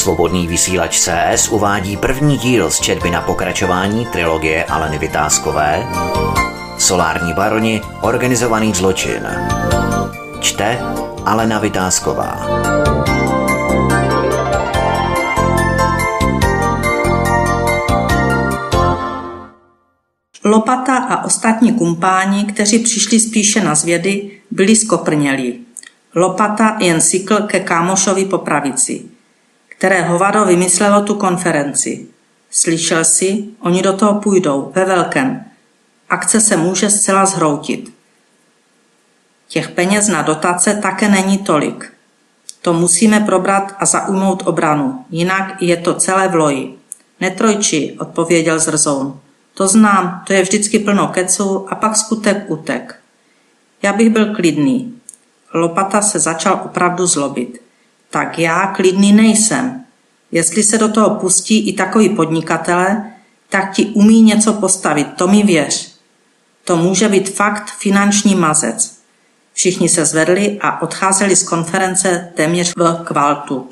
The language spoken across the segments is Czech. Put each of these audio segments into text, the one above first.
Svobodný vysílač CS uvádí první díl z četby na pokračování trilogie Aleny Vytázkové Solární baroni – organizovaný zločin. Čte Alena Vytázková. Lopata a ostatní kumpáni, kteří přišli spíše na zvědy, byli skoprnělí. Lopata jen sykl ke kámošovi po pravici, které hovado vymyslelo tu konferenci. Slyšel si, oni do toho půjdou, ve velkém. Akce se může zcela zhroutit. Těch peněz na dotace také není tolik. To musíme probrat a zaujmout obranu, jinak je to celé v loji. Netrojči, odpověděl Zrzoun. To znám, to je vždycky plno keců a pak skutek utek. Já bych byl klidný. Lopata se začal opravdu zlobit. Tak já klidný nejsem. Jestli se do toho pustí i takový podnikatelé, tak ti umí něco postavit, to mi věř. To může být fakt finanční mazec. Všichni se zvedli a odcházeli z konference téměř v kvaltu.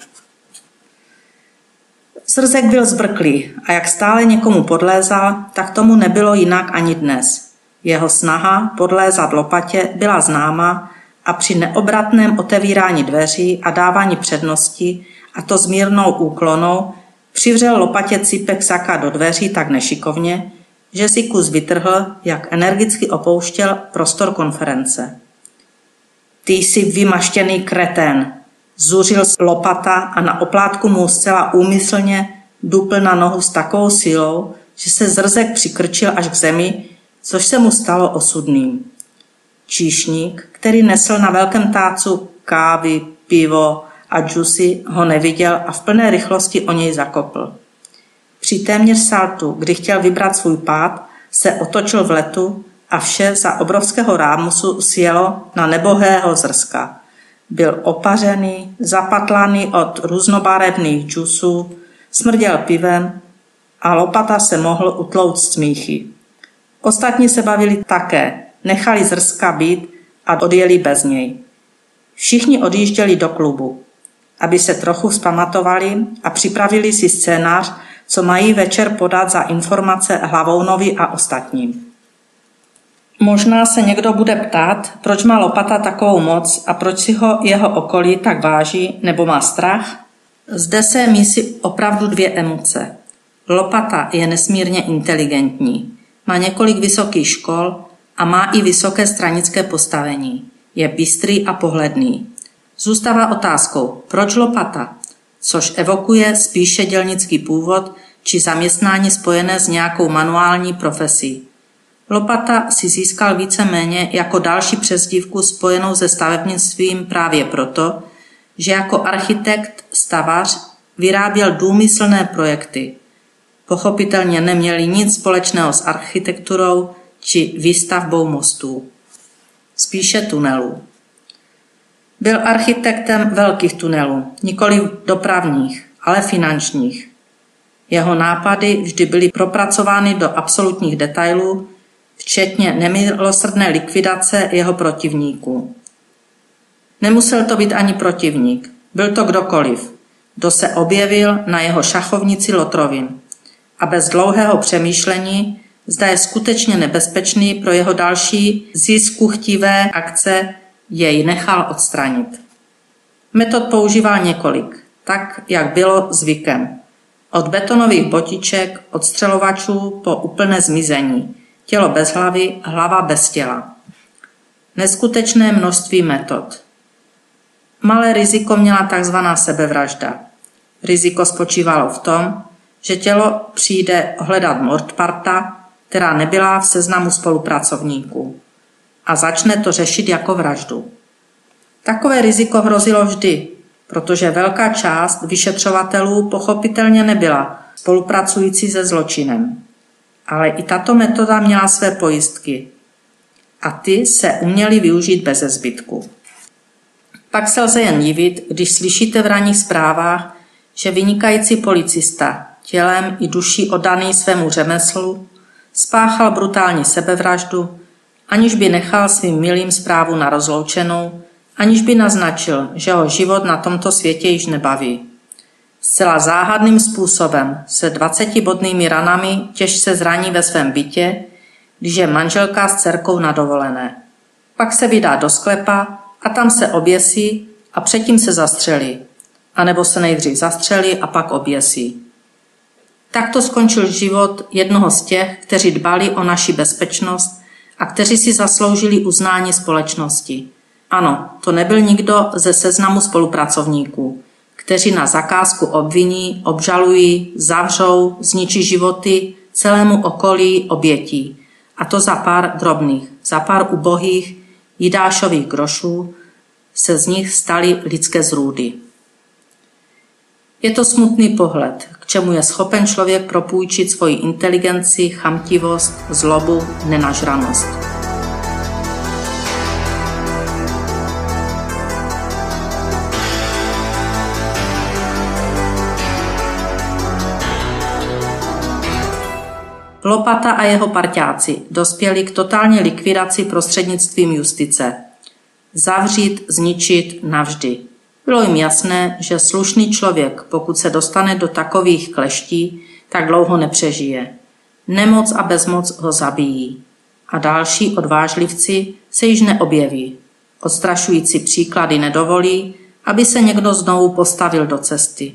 Zrzek byl zbrklý a jak stále někomu podlézal, tak tomu nebylo jinak ani dnes. Jeho snaha podlézat Lopatě byla známa a při neobratném otevírání dveří a dávání přednosti, a to s mírnou úklonou, přivřel Lopatě cípek saka do dveří tak nešikovně, že si kus vytrhl, jak energicky opouštěl prostor konference. Ty jsi vymaštěný kretén, zuřil Lopata a na oplátku mu zcela úmyslně dupl na nohu s takovou silou, že se Zrzek přikrčil až k zemi, což se mu stalo osudným. Číšník, který nesl na velkém tácu kávy, pivo a džusy, ho neviděl a v plné rychlosti o něj zakopl. Při téměř saltu, kdy chtěl vybrat svůj pád, se otočil v letu a vše za obrovského rámusu sjelo na nebohého Zrzka. Byl opařený, zapatlaný od různobarevných džusů, smrděl pivem a Lopata se mohl utlouct smíchy. Ostatní se bavili také, nechali Zrzka být a odjeli bez něj. Všichni odjížděli do klubu, aby se trochu vzpamatovali a připravili si scénář, co mají večer podat za informace Hlavounovi a ostatním. Možná se někdo bude ptát, proč má Lopata takovou moc a proč si ho jeho okolí tak váží nebo má strach? Zde se mísí opravdu dvě emoce. Lopata je nesmírně inteligentní, má několik vysokých škol a má i vysoké stranické postavení. Je bystrý a pohledný. Zůstává otázkou, proč Lopata, což evokuje spíše dělnický původ či zaměstnání spojené s nějakou manuální profesí. Lopata si získal víceméně jako další přezdívku spojenou se stavebnictvím právě proto, že jako architekt stavař vyráběl důmyslné projekty. Pochopitelně neměli nic společného s architekturou či výstavbou mostů. Spíše tunelů. Byl architektem velkých tunelů, nikoli dopravních, ale finančních. Jeho nápady vždy byly propracovány do absolutních detailů, včetně nemilosrdné likvidace jeho protivníků. Nemusel to být ani protivník, byl to kdokoliv, kdo se objevil na jeho šachovnici lotrovin a bez dlouhého přemýšlení, zda je skutečně nebezpečný pro jeho další ziskuchtivé akce, jej nechal odstranit. Metod používal několik, tak, jak bylo zvykem. Od betonových botiček, odstřelovačů po úplné zmizení. Tělo bez hlavy, hlava bez těla. Neskutečné množství metod. Malé riziko měla tzv. Sebevražda. Riziko spočívalo v tom, že tělo přijde hledat mordparta, která nebyla v seznamu spolupracovníků a začne to řešit jako vraždu. Takové riziko hrozilo vždy, protože velká část vyšetřovatelů pochopitelně nebyla spolupracující se zločinem. Ale i tato metoda měla své pojistky a ty se uměly využít beze zbytku. Pak se lze jen divit, když slyšíte v ranních zprávách, že vynikající policista, tělem i duší oddaný svému řemeslu, spáchal brutální sebevraždu, aniž by nechal svým milým zprávu na rozloučenou, aniž by naznačil, že ho život na tomto světě již nebaví. Zcela záhadným způsobem se 20bodnými ranami těžce zraní ve svém bytě, když je manželka s dcerkou na dovolené. Pak se vydá do sklepa a tam se oběsí a předtím se zastřelí. A nebo se nejdřív zastřelí a pak oběsí. Takto skončil život jednoho z těch, kteří dbali o naši bezpečnost a kteří si zasloužili uznání společnosti. Ano, to nebyl nikdo ze seznamu spolupracovníků, kteří na zakázku obviní, obžalují, zavřou, zničí životy celému okolí obětí. A to za pár drobných, za pár ubohých Jidášových grošů se z nich staly lidské zrůdy. Je to smutný pohled, k čemu je schopen člověk propůjčit svoji inteligenci, chamtivost, zlobu, nenažranost. Lopata a jeho parťáci dospěli k totální likvidaci prostřednictvím justice. Zavřít, zničit navždy. Bylo jim jasné, že slušný člověk, pokud se dostane do takových kleští, tak dlouho nepřežije. Nemoc a bezmoc ho zabijí. A další odvážlivci se již neobjeví. Odstrašující příklady nedovolí, aby se někdo znovu postavil do cesty.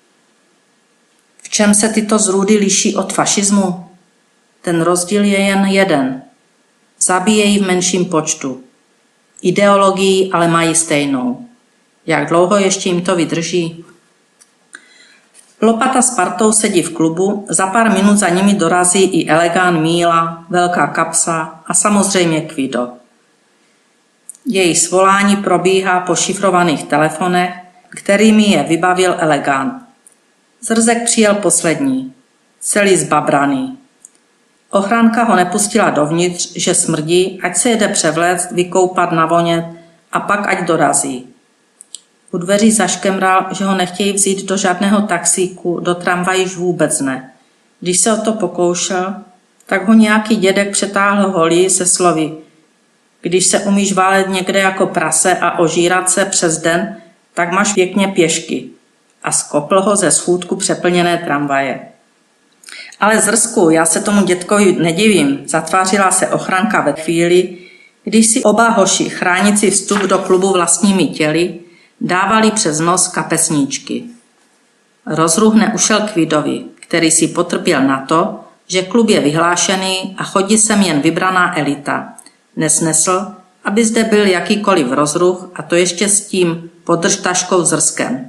V čem se tyto zrůdy liší od fašismu? Ten rozdíl je jen jeden. Zabíjejí v menším počtu. Ideologii ale mají stejnou. Jak dlouho ještě jim to vydrží? Lopata s partou sedí v klubu, za pár minut za nimi dorazí i Elegán, Míla, Velká kapsa a samozřejmě Kvido. Jejich svolání probíhá po šifrovaných telefonech, kterými je vybavil Elegán. Zrzek přijel poslední, celý zbabraný. Ochránka ho nepustila dovnitř, že smrdí, ať se jede převléct, vykoupat, navonět a pak ať dorazí. U dveří zaškemral, že ho nechtějí vzít do žádného taxíku, do tramvajíž vůbec ne. Když se o to pokoušel, tak ho nějaký dědek přetáhl holí se slovy: když se umíš válet někde jako prase a ožírat se přes den, tak máš pěkně pěšky. A skopl ho ze schůdku přeplněné tramvaje. Ale Zrsku, já se tomu dětkovi nedivím, zatvářila se ochranka ve chvíli, když si oba hoši, chránící vstup do klubu vlastními těly, dávali přes nos kapesníčky. Rozruch neušel Kvidovi, který si potrpěl na to, že klub je vyhlášený a chodí sem jen vybraná elita. Nesnesl, aby zde byl jakýkoliv rozruch, a to ještě s tím podržtaškou Zrskem.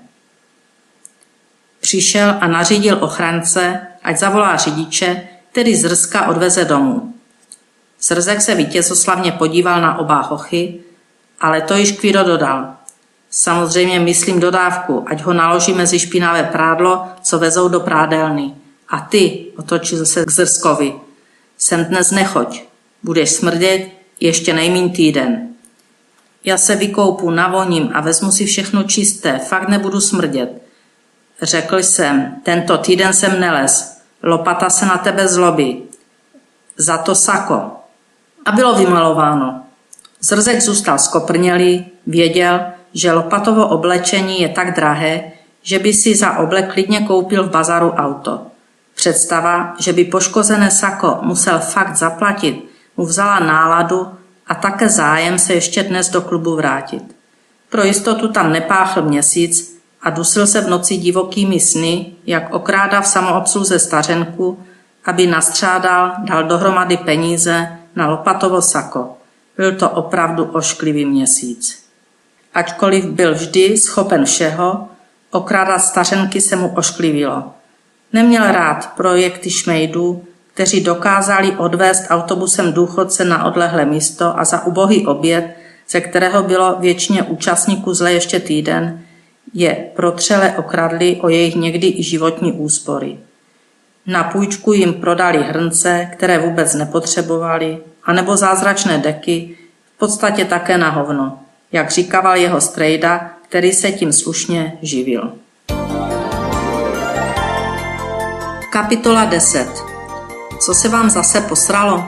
Přišel a nařídil ochránce, ať zavolá řidiče, který Zrska odveze domů. Zrzek se vítězoslavně podíval na oba hochy, ale to již Kvido dodal. Samozřejmě myslím dodávku, ať ho naloží mezi špinavé prádlo, co vezou do prádelny. A ty, otočil se k Zrskovi, sem dnes nechoď, budeš smrdět ještě nejmíň týden. Já se vykoupu, navoním a vezmu si všechno čisté, fakt nebudu smrdět. Řekl jsem, tento týden jsem nelez, Lopata se na tebe zlobí. Za to sako. A bylo vymalováno. Zrzek zůstal skoprnělý, věděl, že Lopatovo oblečení je tak drahé, že by si za oblek klidně koupil v bazaru auto. Představa, že by poškozené sako musel fakt zaplatit, mu vzala náladu a také zájem se ještě dnes do klubu vrátit. Pro jistotu tam nepáchl měsíc a dusil se v noci divokými sny, jak okrádá v samoobsluze stařenku, aby nastřádal, dal dohromady peníze na Lopatovo sako. Byl to opravdu ošklivý měsíc. Ačkoliv byl vždy schopen všeho, okrádat stařenky se mu ošklivilo. Neměl rád projekty šmejdů, kteří dokázali odvést autobusem důchodce na odlehlé místo a za ubohý oběd, ze kterého bylo většině účastníků zle ještě týden, je protřele okradli o jejich někdy i životní úspory. Na půjčku jim prodali hrnce, které vůbec nepotřebovali, anebo zázračné deky, v podstatě také na hovno, jak říkával jeho strejda, který se tím slušně živil. Kapitola 10. Co se vám zase posralo?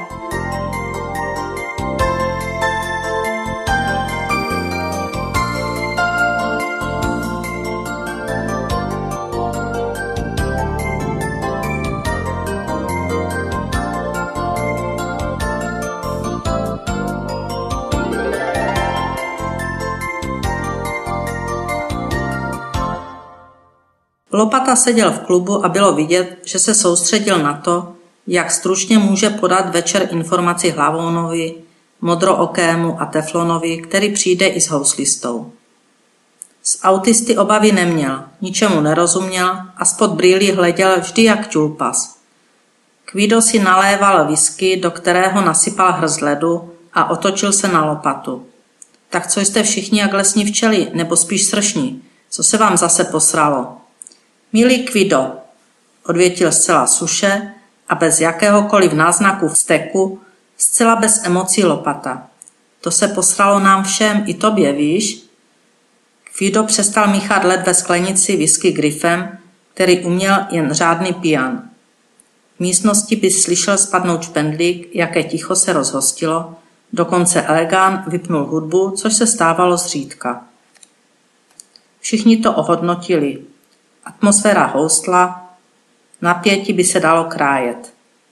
Lopata seděl v klubu a bylo vidět, že se soustředil na to, jak stručně může podat večer informaci Hlavounovi, Modrookému a Teflonovi, který přijde i s houslistou. Z autisty obavy neměl, ničemu nerozuměl a spod brýlí hleděl vždy jak tulpas. Kvido si naléval whisky, do kterého nasypal hrst ledu a otočil se na Lopatu. Tak co jste všichni jak lesní včely, nebo spíš sršní? Co se vám zase posralo? Milý Kvido, odvětil zcela suše a bez jakéhokoliv náznaku vzteku, zcela bez emocí Lopata. To se posralo nám všem, i tobě, víš? Kvido přestal míchat led ve sklenici whisky Griffem, který uměl jen řádný pijan. V místnosti by slyšel spadnout špendlík, jaké ticho se rozhostilo, dokonce Elegán vypnul hudbu, což se stávalo zřídka. Všichni to ohodnotili. Atmosféra houstla, napětí by se dalo krájet.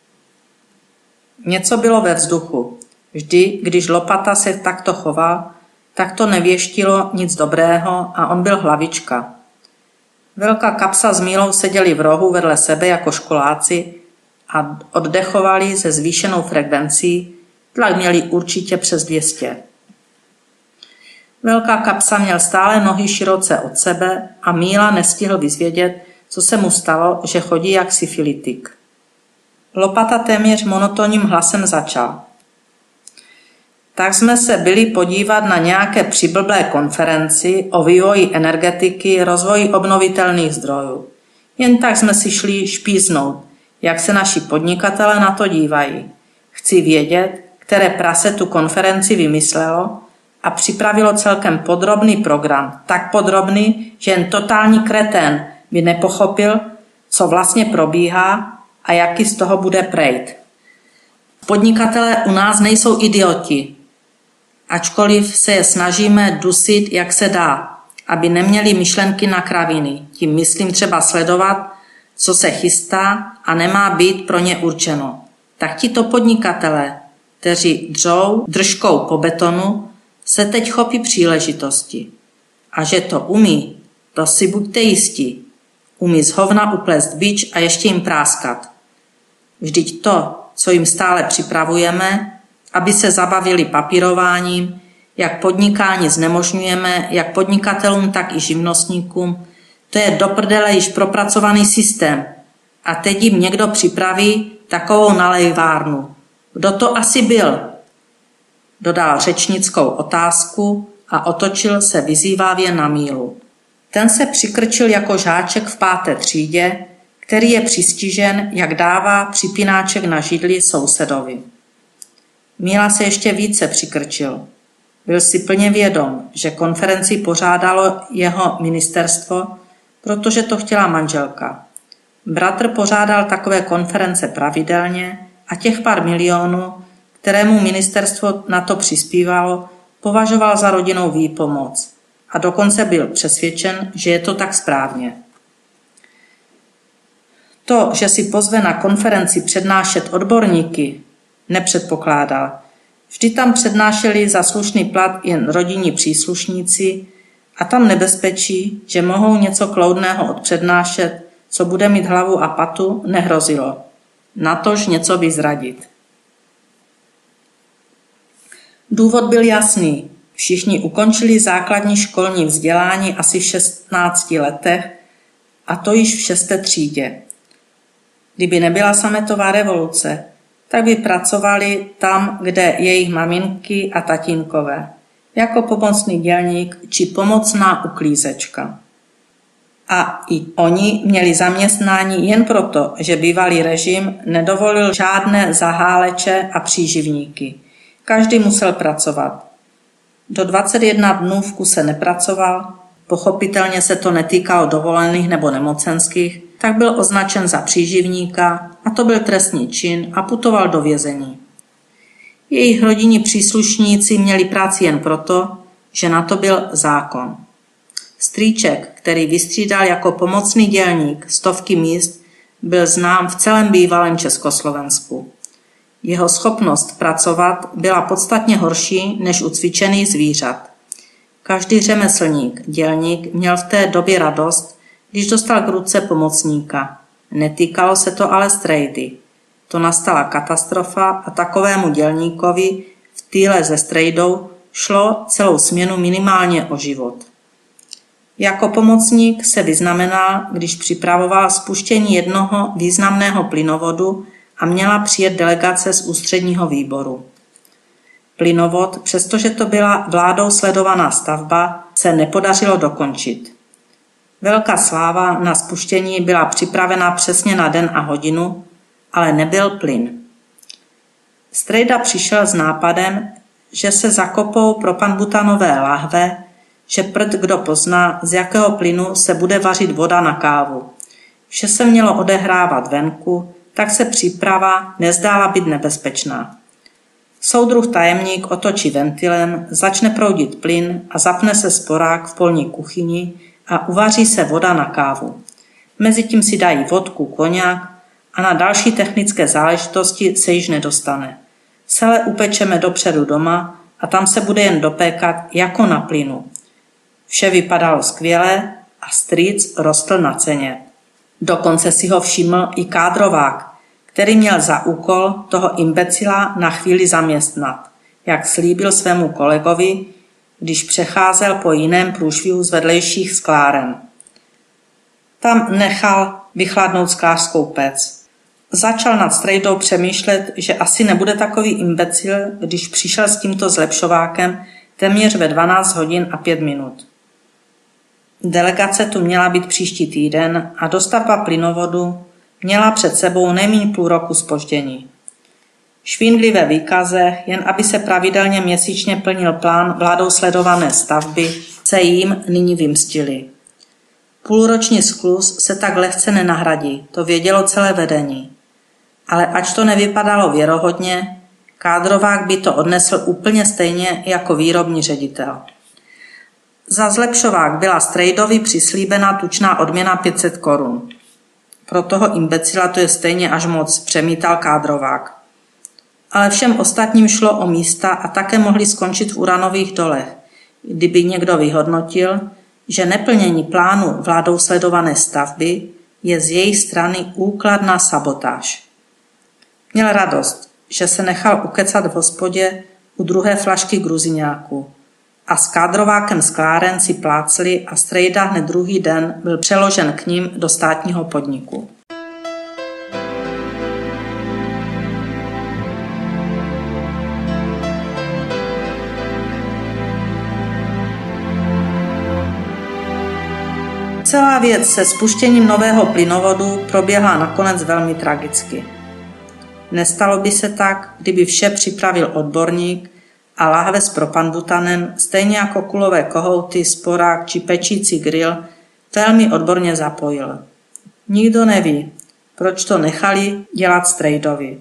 Něco bylo ve vzduchu. Vždy, když Lopata se takto choval, tak to nevěštilo nic dobrého a on byl hlavička. Velká Kapsa s Mílou seděli v rohu vedle sebe jako školáci a oddechovali se zvýšenou frekvencí, tlak měli určitě přes 200. Velká Kapsa měl stále nohy široce od sebe a Míla nestihl vyzvědět, co se mu stalo, že chodí jak syfilitik. Lopata téměř monotónním hlasem začal. Tak jsme se byli podívat na nějaké přiblblé konferenci o vývoji energetiky, rozvoji obnovitelných zdrojů. Jen tak jsme si šli špíznout, jak se naši podnikatelé na to dívají. Chci vědět, které prase tu konferenci vymyslelo a připravilo celkem podrobný program. Tak podrobný, že jen totální kretén by nepochopil, co vlastně probíhá a jaký z toho bude prejt. Podnikatelé u nás nejsou idioti, ačkoliv se je snažíme dusit, jak se dá, aby neměli myšlenky na kraviny. Tím myslím třeba sledovat, co se chystá a nemá být pro ně určeno. Tak tito podnikatelé, kteří dřou držkou po betonu, se teď chopí příležitosti. A že to umí, to si buďte jistí. Umí z hovna uplést bič a ještě jim práskat. Vždyť to, co jim stále připravujeme, aby se zabavili papírováním, jak podnikání znemožňujeme, jak podnikatelům, tak i živnostníkům, to je do prdele již propracovaný systém. A teď jim někdo připraví takovou nalejvárnu. Kdo to asi byl? Dodal řečnickou otázku a otočil se vyzývavě na Mílu. Ten se přikrčil jako žáček v 5. třídě, který je přistižen, jak dává připínáček na židli sousedovi. Míla se ještě více přikrčil. Byl si plně vědom, že konferenci pořádalo jeho ministerstvo, protože to chtěla manželka. Bratr pořádal takové konference pravidelně a těch pár milionů, kterému ministerstvo na to přispívalo, považoval za rodinnou výpomoc a dokonce byl přesvědčen, že je to tak správně. To, že si pozve na konferenci přednášet odborníky, nepředpokládal. Vždy tam přednášeli za slušný plat jen rodinní příslušníci a tam nebezpečí, že mohou něco kloudného odpřednášet, co bude mít hlavu a patu, nehrozilo. Natož něco vyzradit. Důvod byl jasný. Všichni ukončili základní školní vzdělání asi v 16 letech, a to již v 6. třídě. Kdyby nebyla sametová revoluce, tak by pracovali tam, kde jejich maminky a tatínkové, jako pomocný dělník či pomocná uklízečka. A i oni měli zaměstnání jen proto, že bývalý režim nedovolil žádné zaháleče a příživníky. Každý musel pracovat. Do 21 dnů v kuse nepracoval, pochopitelně se to netýkalo dovolených nebo nemocenských, tak byl označen za příživníka a to byl trestný čin a putoval do vězení. Jejich rodinní příslušníci měli práci jen proto, že na to byl zákon. Strýček, který vystřídal jako pomocný dělník stovky míst, byl znám v celém bývalém Československu. Jeho schopnost pracovat byla podstatně horší než u cvičených zvířat. Každý řemeslník, dělník měl v té době radost, když dostal k ruce pomocníka. Netýkalo se to ale strejdy. To nastala katastrofa a takovému dělníkovi v týle se strejdou šlo celou směnu minimálně o život. Jako pomocník se vyznamenal, když připravoval spuštění jednoho významného plynovodu a měla přijet delegace z ústředního výboru. Plynovod, přestože to byla vládou sledovaná stavba, se nepodařilo dokončit. Velká sláva na spuštění byla připravena přesně na den a hodinu, ale nebyl plyn. Strejda přišel s nápadem, že se zakopou propanbutanové lahve, že prd kdo pozná, z jakého plynu se bude vařit voda na kávu. Vše se mělo odehrávat venku, tak se příprava nezdála být nebezpečná. Soudruh tajemník otočí ventilem, začne proudit plyn a zapne se sporák v polní kuchyni a uvaří se voda na kávu. Mezitím si dají vodku, koňák a na další technické záležitosti se již nedostane. Celé upečeme dopředu doma a tam se bude jen dopékat jako na plynu. Vše vypadalo skvěle a strýc rostl na ceně. Dokonce si ho všiml i kádrovák, který měl za úkol toho imbecila na chvíli zaměstnat, jak slíbil svému kolegovi, když přecházel po jiném průšvihu z vedlejších skláren. Tam nechal vychladnout sklářskou pec. Začal nad strejdou přemýšlet, že asi nebude takový imbecil, když přišel s tímto zlepšovákem téměř ve 12 hodin a 5 minut. Delegace tu měla být příští týden a dostavba plynovodu měla před sebou nejméně půl roku zpoždění. Švindlivé výkaze, jen aby se pravidelně měsíčně plnil plán vládou sledované stavby, se jim nyní vymstily. Půlroční skluz se tak lehce nenahradí, to vědělo celé vedení. Ale ač to nevypadalo věrohodně, kádrovák by to odnesl úplně stejně jako výrobní ředitel. Za zlepšovák byla strejdovi přislíbena tučná odměna 500 korun. Pro toho imbecila to je stejně až moc, přemítal kádrovák. Ale všem ostatním šlo o místa a také mohli skončit v uranových dolech, kdyby někdo vyhodnotil, že neplnění plánu vládou sledované stavby je z její strany úkladná sabotáž. Měl radost, že se nechal ukecat v hospodě u druhé flašky gruziňáku a s kádrovákem skláren si plácli a strejda hned druhý den byl přeložen k ním do státního podniku. Celá věc se spuštěním nového plynovodu proběhla nakonec velmi tragicky. Nestalo by se tak, kdyby vše připravil odborník a láhve s propanbutanem, stejně jako kulové kohouty, sporák či pečící grill, velmi odborně zapojil. Nikdo neví, proč to nechali dělat strejdovi.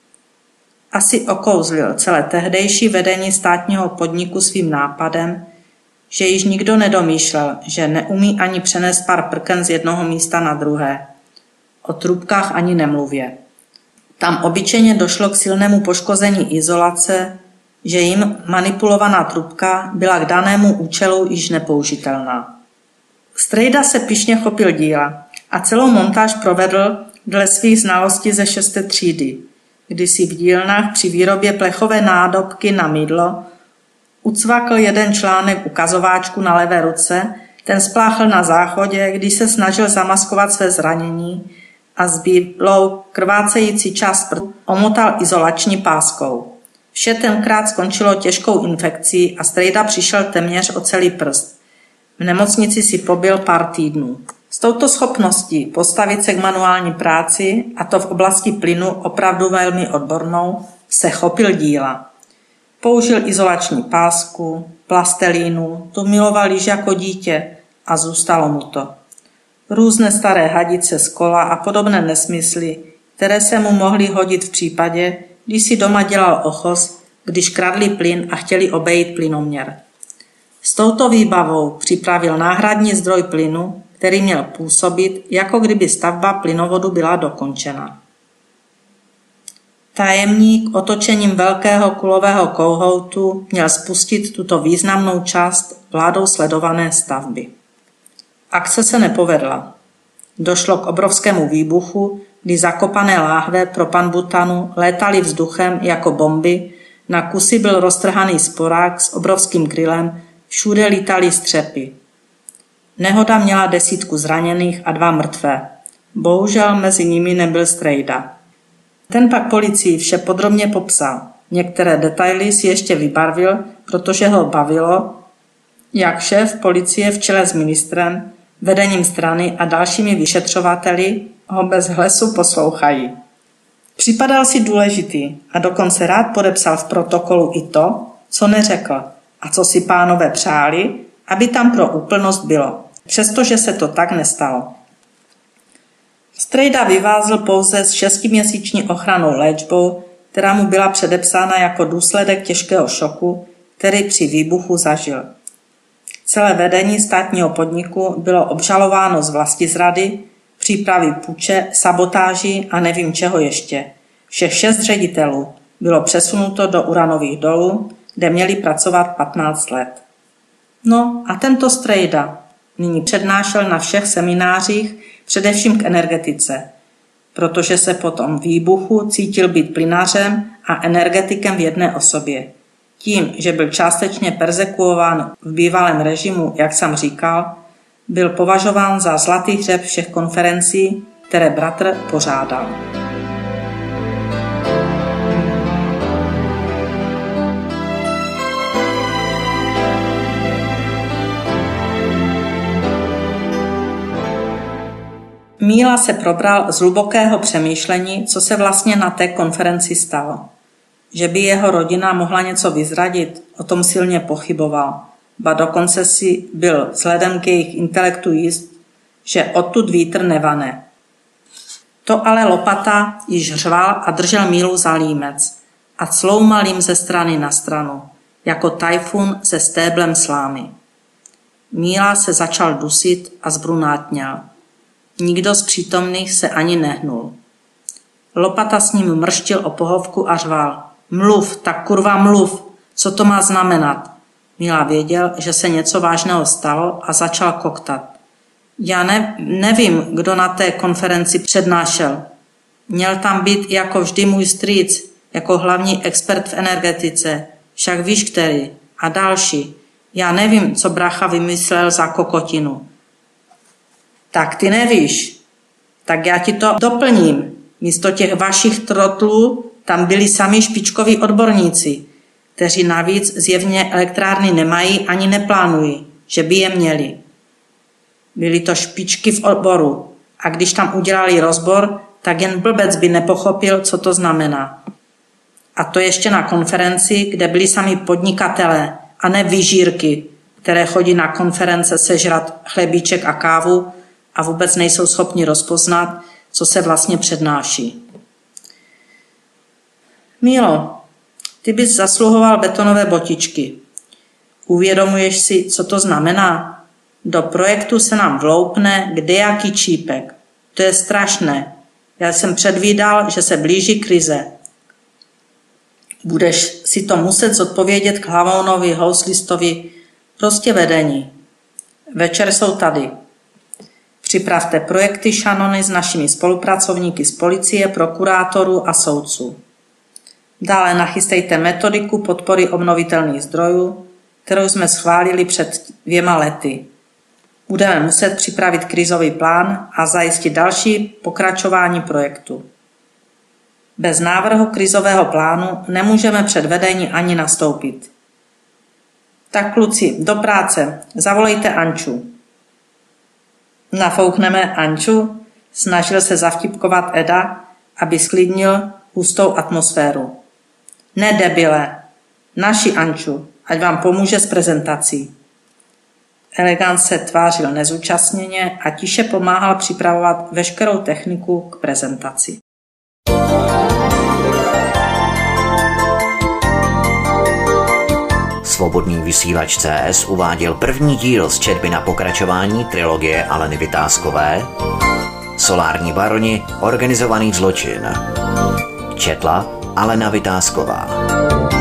Asi okouzlil celé tehdejší vedení státního podniku svým nápadem, že již nikdo nedomýšlel, že neumí ani přenést pár prken z jednoho místa na druhé. O trubkách ani nemluvě. Tam obyčejně došlo k silnému poškození izolace, že jim manipulovaná trubka byla k danému účelu již nepoužitelná. Strejda se pyšně chopil díla a celou montáž provedl dle svých znalostí ze 6. třídy, kdy si v dílnách při výrobě plechové nádobky na mydlo ucvakl jeden článek ukazováčku na levé ruce, ten spláchl na záchodě, když se snažil zamaskovat své zranění a zbylou krvácející část prstu omotal izolační páskou. Vše tenkrát skončilo těžkou infekcí a strejda přišel téměř o celý prst. V nemocnici si pobyl pár týdnů. S touto schopností postavit se k manuální práci, a to v oblasti plynu opravdu velmi odbornou, se chopil díla. Použil izolační pásku, plastelínu, tu miloval již jako dítě a zůstalo mu to. Různé staré hadice z kola a podobné nesmysly, které se mu mohly hodit v případě, když si doma dělal ochos, když kradli plyn a chtěli obejít plynoměr. S touto výbavou připravil náhradní zdroj plynu, který měl působit, jako kdyby stavba plynovodu byla dokončena. Tajemník otočením velkého kulového kohoutu měl spustit tuto významnou část vládou sledované stavby. Akce se nepovedla. došlo k obrovskému výbuchu, kdy zakopané láhve propanbutanu létaly vzduchem jako bomby, na kusy byl roztrhaný sporák s obrovským krylem, všude lítaly střepy. Nehoda měla 10 zraněných a 2 mrtvé. Bohužel mezi nimi nebyl strejda. Ten pak policii vše podrobně popsal. Některé detaily si ještě vybarvil, protože ho bavilo, jak šéf policie v čele s ministrem, vedením strany a dalšími vyšetřovateli ho bez hlesu poslouchají. Připadal si důležitý a dokonce rád podepsal v protokolu i to, co neřekl a co si pánové přáli, aby tam pro úplnost bylo, přestože se to tak nestalo. Strejda vyvázl pouze s 6měsíční ochrannou léčbou, která mu byla předepsána jako důsledek těžkého šoku, který při výbuchu zažil. Celé vedení státního podniku bylo obžalováno z vlastizrady, přípravy puče, sabotáži a nevím čeho ještě. Všech 6 ředitelů bylo přesunuto do uranových dolů, kde měli pracovat 15 let. No a tento strejda nyní přednášel na všech seminářích, především k energetice, protože se po tom výbuchu cítil být plynařem a energetikem v jedné osobě. Tím, že byl částečně perzekuován v bývalém režimu, jak jsem říkal, byl považován za zlatý hřeb všech konferencí, které bratr pořádal. Míla se probral z hlubokého přemýšlení, co se vlastně na té konferenci stalo. Že by jeho rodina mohla něco vyzradit, o tom silně pochyboval. Ba dokonce si byl vzhledem k jejich intelektu jist, že odtud vítr nevane. To ale Lopata již řval a držel Mílu za límec a cloumal jim ze strany na stranu, jako tajfun se stéblem slámy. Míla se začal dusit a zbrunátněl. Nikdo z přítomných se ani nehnul. Lopata s ním mrštil o pohovku a řval. Mluv, tak kurva mluv, co to má znamenat? Míla věděl, že se něco vážného stalo a začal koktat. Já nevím, kdo na té konferenci přednášel. Měl tam být jako vždy můj strýc, jako hlavní expert v energetice, však víš který, a další. Já nevím, co brácha vymyslel za kokotinu. Tak ty nevíš. Tak já ti to doplním. Místo těch vašich trotlů tam byli sami špičkoví odborníci, kteří navíc zjevně elektrárny nemají ani neplánují, že by je měli. Byly to špičky v oboru a když tam udělali rozbor, tak jen blbec by nepochopil, co to znamená. A to ještě na konferenci, kde byli sami podnikatelé a ne vyžírky, které chodí na konference sežrat chlebíček a kávu a vůbec nejsou schopni rozpoznat, co se vlastně přednáší. Mílo, ty bys zasluhoval betonové botičky. Uvědomuješ si, co to znamená? Do projektu se nám vloupne kdejaký čípek. To je strašné. Já jsem předvídal, že se blíží krize. Budeš si to muset zodpovědět k Hlavounovi, Houslistovi, prostě vedení. Večer jsou tady. Připravte projekty šanony s našimi spolupracovníky z policie, prokurátorů a soudců. Dále nachystejte metodiku podpory obnovitelných zdrojů, kterou jsme schválili před 2 lety. Budeme muset připravit krizový plán a zajistit další pokračování projektu. Bez návrhu krizového plánu nemůžeme před vedení ani nastoupit. Tak kluci, do práce, zavolejte Anču. Nafoukneme Anču, snažil se zavtipkovat Eda, aby sklidnil hustou atmosféru. Ne debile, naši Anču, ať vám pomůže s prezentací. Elegant se tvářil nezúčastněně a tiše pomáhal připravovat veškerou techniku k prezentaci. Svobodný vysílač CS uváděl první díl z četby na pokračování trilogie Aleny Vytázkové Solární baroni, organizovaný zločin. Četla Alena Vytázková.